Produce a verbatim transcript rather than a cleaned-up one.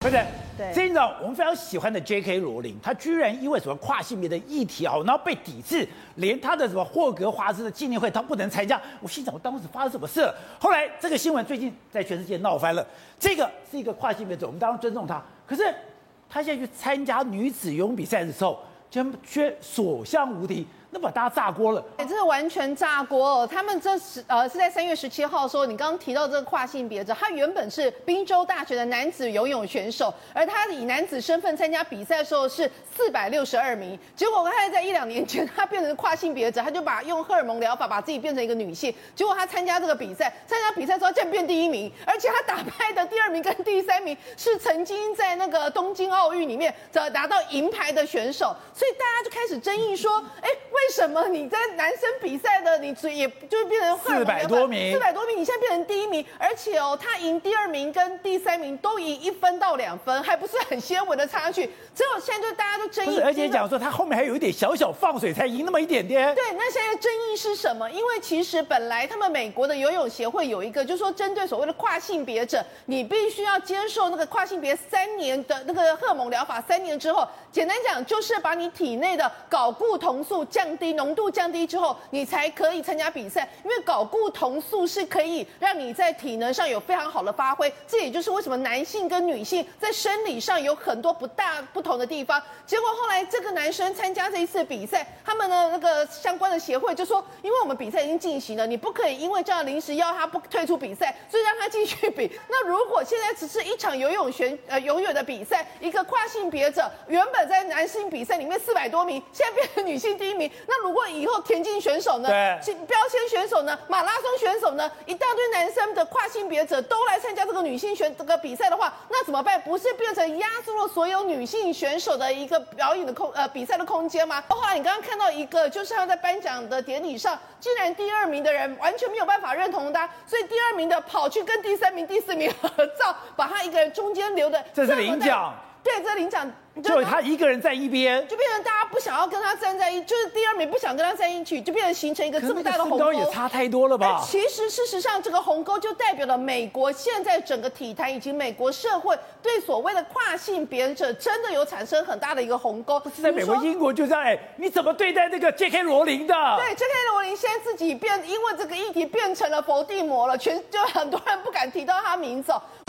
对不对？ 对。 所以你知道我们非常喜欢的 J K 罗琳，她居然因为什么跨性别的议题啊，然后被抵制，连她的什么霍格华兹的纪念会她不能参加。我心想，我当时发生什么事了？后来这个新闻最近在全世界闹翻了。这个是一个跨性别者，我们当然尊重她，可是她现在去参加女子游泳比赛的时候，居然却所向无敌。那把大家炸锅了， 哎，这是完全炸锅哦！他们这是呃是在三月十七号说，你刚刚提到这个跨性别者，他原本是宾州大学的男子游泳选手，而他以男子身份参加比赛的时候是四百六十二名，结果他在一两年前他变成跨性别者，他就把用荷尔蒙疗法把自己变成一个女性，结果他参加这个比赛，参加比赛之后竟然变第一名，而且他打败的第二名跟第三名是曾经在那个东京奥运里面拿到银牌的选手，所以大家就开始争议说，哎。为什么你在男生比赛的你也就变成四百多名， 四百多名，你现在变成第一名，而且哦，他赢第二名跟第三名都赢一分到两分，还不是很些微的差距。只有现在就大家都争议， 而且讲说他后面还有一点小小放水，才赢那么一点点。 对，那现在争议是什么？因为其实本来他们美国的游泳协会有一个，就是说针对所谓的跨性别者，你必须要接受那个跨性别三年的那个荷尔蒙疗法，三年之后，简单讲就是把你体内的睾固酮素降低浓度降低之后，你才可以参加比赛。因为睾固酮素是可以让你在体能上有非常好的发挥，这也就是为什么男性跟女性在生理上有很多不大不同的地方。结果后来这个男生参加这一次比赛，他们的那个相关的协会就说，因为我们比赛已经进行了，你不可以因为这样临时要他不退出比赛，所以让他继续比。那如果现在只是一场游泳选呃游泳的比赛，一个跨性别者原本在男性比赛里面四百多名，现在变成女性第一名，那如果以后田径选手呢， 对， 标签选手呢，马拉松选手呢，一大堆男生的跨性别者都来参加这个女性选这个比赛的话，那怎么办？不是变成压缩了所有女性选手的一个表演的空呃比赛的空间吗？后来你刚刚看到一个，就是他在颁奖的典礼上，竟然第二名的人完全没有办法认同他，所以第二名的跑去跟第三名、第四名合照，把他一个人中间留的， 这是领奖， 对，这是领奖。 就他一个人在一边， 就变成大家不想要跟他站在一，就是第二名不想跟他站一起，就变成形成一个这么大的鸿沟。 身高也差太多了吧？ 其实事实上，这个鸿沟就代表了美国现在整个体坛以及美国社会对所谓的跨性别者真的有产生很大的一个鸿沟。 是在美国、英国就这样，哎，你怎么对待这个 J K 罗琳的？ 对 ，J K 罗琳现在自己变，因为这个议题变成了佛地魔了，全就很多人不敢提到他名字。